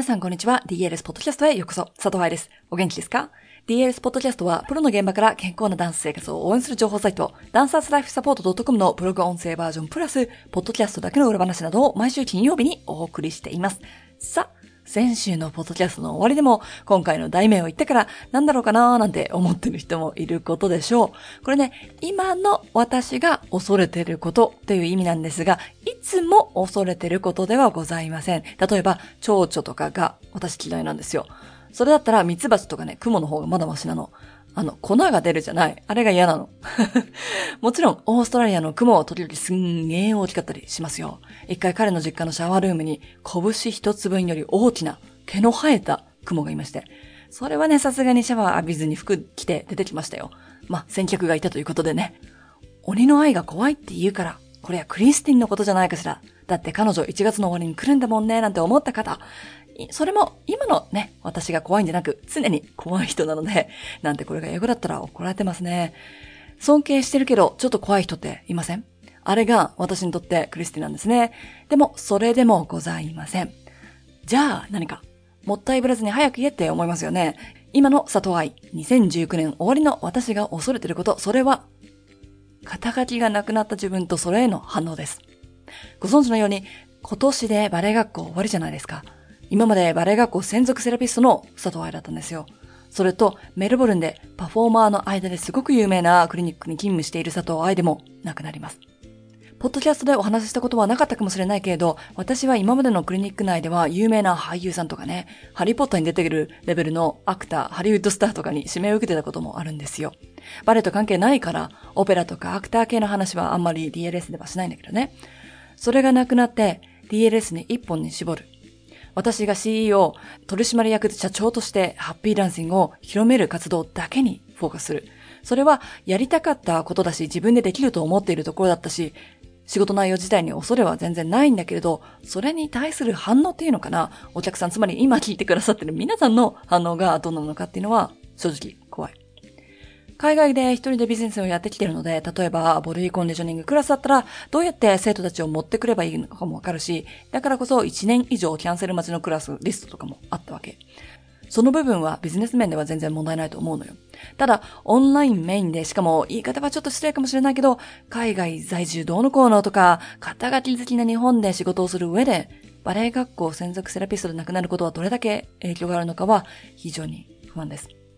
皆さんこんにちは。DLS ポッドキャストへようこそ。佐藤愛です。お元気ですか？ DLS ポッドキャストはプロの現場から健康なダンス生活を応援する情報サイト、ダンサーズライフサポート .com のブログ音声バージョンプラス、ポッドキャストだけの裏話などを毎週金曜日にお送りしています。さあ、先週のポッドキャストの終わりでも今回の題名を言ってからなんだろうかなーなんて思ってる人もいることでしょう。これね、今の私が恐れてることという意味なんですが、いつも恐れてることではございません。例えば、蝶々とかが私嫌いなんですよ。それだったらミツバチとかね、クモの方がまだマシなの。粉が出るじゃない。あれが嫌なの。もちろん、オーストラリアの雲は時々すんげー大きかったりしますよ。一回彼の実家のシャワールームに拳一つ分より大きな毛の生えた雲がいまして。それはね、さすがにシャワー浴びずに服着て出てきましたよ。先客がいたということでね。鬼の愛が怖いって言うから、これはクリスティンのことじゃないかしら。だって彼女1月の終わりに来るんだもんね、なんて思った方。それも今のね、私が怖いんじゃなく、常に怖い人なので、なんてこれが英語だったら怒られてますね。尊敬してるけど、ちょっと怖い人っていません？あれが私にとってクリスティなんですね。でも、それでもございません。じゃあ、何か、もったいぶらずに早く言えって思いますよね。今の佐藤愛、2019年終わりの私が恐れてること、それは、肩書きがなくなった自分とそれへの反応です。ご存知のように、今年でバレエ学校終わりじゃないですか。今までバレエ学校専属セラピストの佐藤愛だったんですよ。それとメルボルンでパフォーマーの間ですごく有名なクリニックに勤務している佐藤愛でもなくなります。ポッドキャストでお話ししたことはなかったかもしれないけれど、私は今までのクリニック内では有名な俳優さんとかね、ハリーポッターに出てくるレベルのアクター、ハリウッドスターとかに指名を受けてたこともあるんですよ。バレエと関係ないから、オペラとかアクター系の話はあんまり DLS ではしないんだけどね。それがなくなって DLS に一本に絞る。私が CEO、取締役社長としてハッピーダンシングを広める活動だけにフォーカスする。それはやりたかったことだし、自分でできると思っているところだったし、仕事内容自体に恐れは全然ないんだけれど、それに対する反応っていうのかな、お客さん、つまり今聞いてくださってる皆さんの反応がどうなのかっていうのは正直怖い。海外で一人でビジネスをやってきてるので、例えばボディコンディショニングクラスだったらどうやって生徒たちを持ってくればいいのかもわかるし、だからこそ1年以上キャンセル待ちのクラスリストとかもあったわけ。その部分はビジネス面では全然問題ないと思うのよ。ただ、オンラインメインで、しかも言い方はちょっと失礼かもしれないけど、海外在住どうのこうのとか、肩書き好きな日本で仕事をする上で、バレエ学校専属セラピストでなくなることはどれだけ影響があるのかは非常に不安です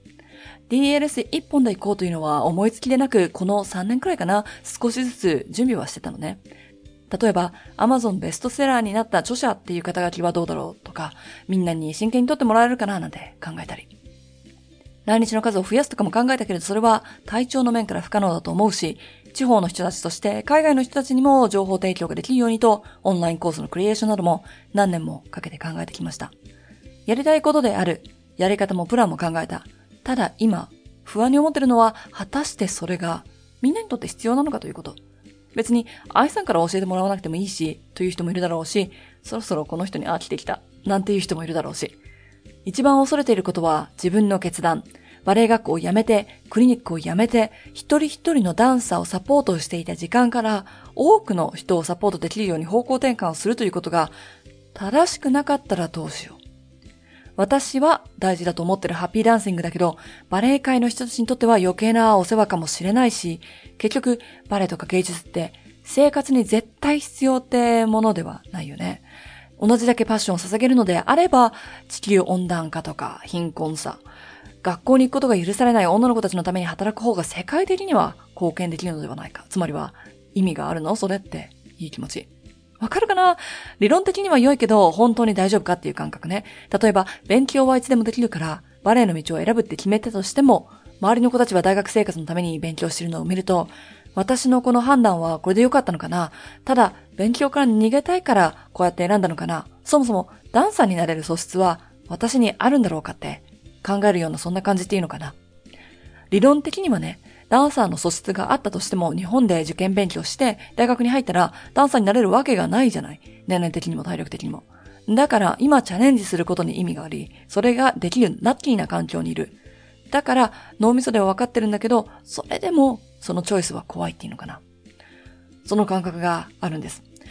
。DLS 一本で行こうというのは思いつきでなく、この3年くらいかな、少しずつ準備はしてたのね。例えば、Amazon ベストセラーになった著者っていう肩書きはどうだろうとか、みんなに真剣に取ってもらえるかななんて考えたり。来日の数を増やすとかも考えたけれど、それは体調の面から不可能だと思うし、地方の人たちとして海外の人たちにも情報提供ができるようにと、オンラインコースのクリエーションなども何年もかけて考えてきました。やりたいことである、やり方もプランも考えた。ただ今、不安に思ってるのは、果たしてそれがみんなにとって必要なのかということ。別に愛さんから教えてもらわなくてもいいし、という人もいるだろうし、そろそろこの人に飽きてきた、なんていう人もいるだろうし。一番恐れていることは自分の決断。バレエ学校を辞めて、クリニックを辞めて、一人一人のダンサーをサポートしていた時間から、多くの人をサポートできるように方向転換をするということが、正しくなかったらどうしよう。私は大事だと思ってるハッピーダンシングだけど、バレエ界の人たちにとっては余計なお世話かもしれないし、結局バレエとか芸術って生活に絶対必要ってものではないよね。同じだけパッションを捧げるのであれば、地球温暖化とか貧困さ、学校に行くことが許されない女の子たちのために働く方が世界的には貢献できるのではないか。つまりは意味があるの？それっていい気持ち。わかるかな？理論的には良いけど、本当に大丈夫かっていう感覚ね。例えば、勉強はいつでもできるから、バレエの道を選ぶって決めたとしても、周りの子たちは大学生活のために勉強しているのを見ると、私のこの判断はこれで良かったのかな？ただ、勉強から逃げたいから、こうやって選んだのかな？そもそも、ダンサーになれる素質は、私にあるんだろうかって、考えるようなそんな感じっていうのかな。理論的にはね、ダンサーの素質があったとしても日本で受験勉強して大学に入ったらダンサーになれるわけがないじゃない。年齢的にも体力的にも。だから今チャレンジすることに意味があり、それができるラッキーな環境にいる。だから脳みそでは分かってるんだけど、それでもそのチョイスは怖いっていうのかな。その感覚があるんです。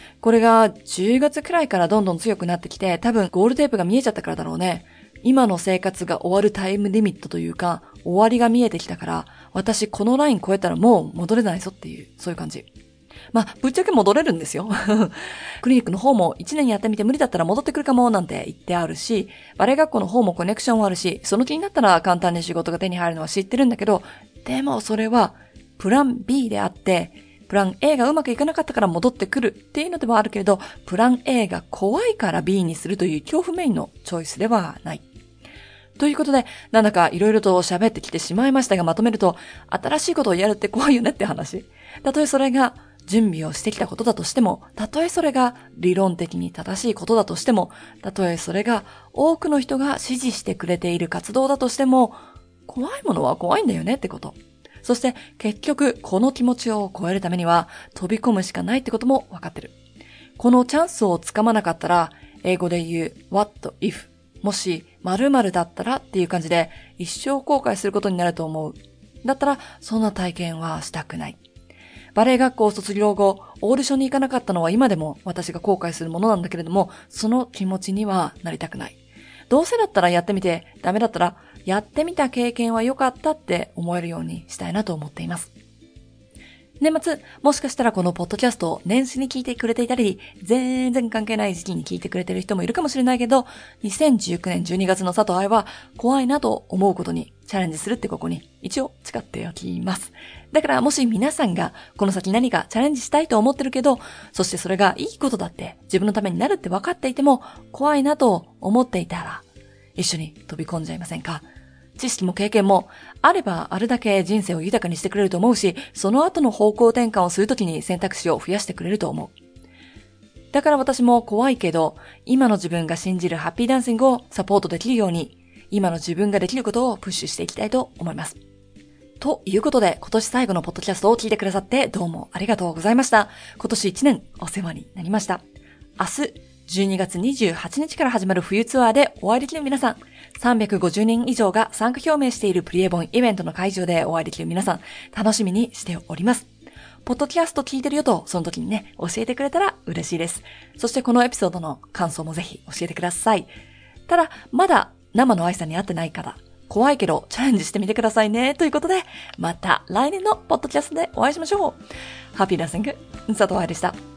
これが10月くらいからどんどん強くなってきて、多分ゴールテープが見えちゃったからだろうね。今の生活が終わるタイムリミットというか、終わりが見えてきたから、私このライン超えたらもう戻れないぞっていう、そういう感じ。ぶっちゃけ戻れるんですよ。クリニックの方も1年やってみて無理だったら戻ってくるかもなんて言ってあるし、バレエ学校の方もコネクションはあるし、その気になったら簡単に仕事が手に入るのは知ってるんだけど、でもそれはプラン B であって、プラン A がうまくいかなかったから戻ってくるっていうのではあるけれど、プラン A が怖いから B にするという恐怖メインのチョイスではない。ということで、なんだかいろいろと喋ってきてしまいましたが、まとめると、新しいことをやるって怖いよねって話。たとえそれが準備をしてきたことだとしても、たとえそれが理論的に正しいことだとしても、たとえそれが多くの人が支持してくれている活動だとしても、怖いものは怖いんだよねってこと。そして結局この気持ちを超えるためには飛び込むしかないってことも分かってる。このチャンスをつかまなかったら、英語で言う What if もし〇〇だったらっていう感じで一生後悔することになると思う。だったらそんな体験はしたくない。バレエ学校を卒業後、オーディションに行かなかったのは今でも私が後悔するものなんだけれども、その気持ちにはなりたくない。どうせだったらやってみて、ダメだったらやってみた経験は良かったって思えるようにしたいなと思っています。年末、もしかしたらこのポッドキャストを年始に聞いてくれていたり、全然関係ない時期に聞いてくれてる人もいるかもしれないけど、2019年12月の佐藤愛は怖いなと思うことにチャレンジするってここに一応誓っておきます。だからもし皆さんがこの先何かチャレンジしたいと思ってるけど、そしてそれがいいことだって自分のためになるって分かっていても怖いなと思っていたら、一緒に飛び込んじゃいませんか？知識も経験もあればあるだけ人生を豊かにしてくれると思うし、その後の方向転換をするときに選択肢を増やしてくれると思う。だから私も怖いけど、今の自分が信じるハッピーダンシングをサポートできるように、今の自分ができることをプッシュしていきたいと思います。ということで、今年最後のポッドキャストを聞いてくださってどうもありがとうございました。今年1年お世話になりました。明日、12月28日から始まる冬ツアーでお会いできる皆さん、350人以上が参加表明しているプリエボンイベントの会場でお会いできる皆さん、楽しみにしております。ポッドキャスト聞いてるよと、その時にね、教えてくれたら嬉しいです。そしてこのエピソードの感想もぜひ教えてください。ただ、まだ生の愛さんに会ってない方、怖いけどチャレンジしてみてくださいね。ということで、また来年のポッドキャストでお会いしましょう。ハッピーダンシング、佐藤愛でした。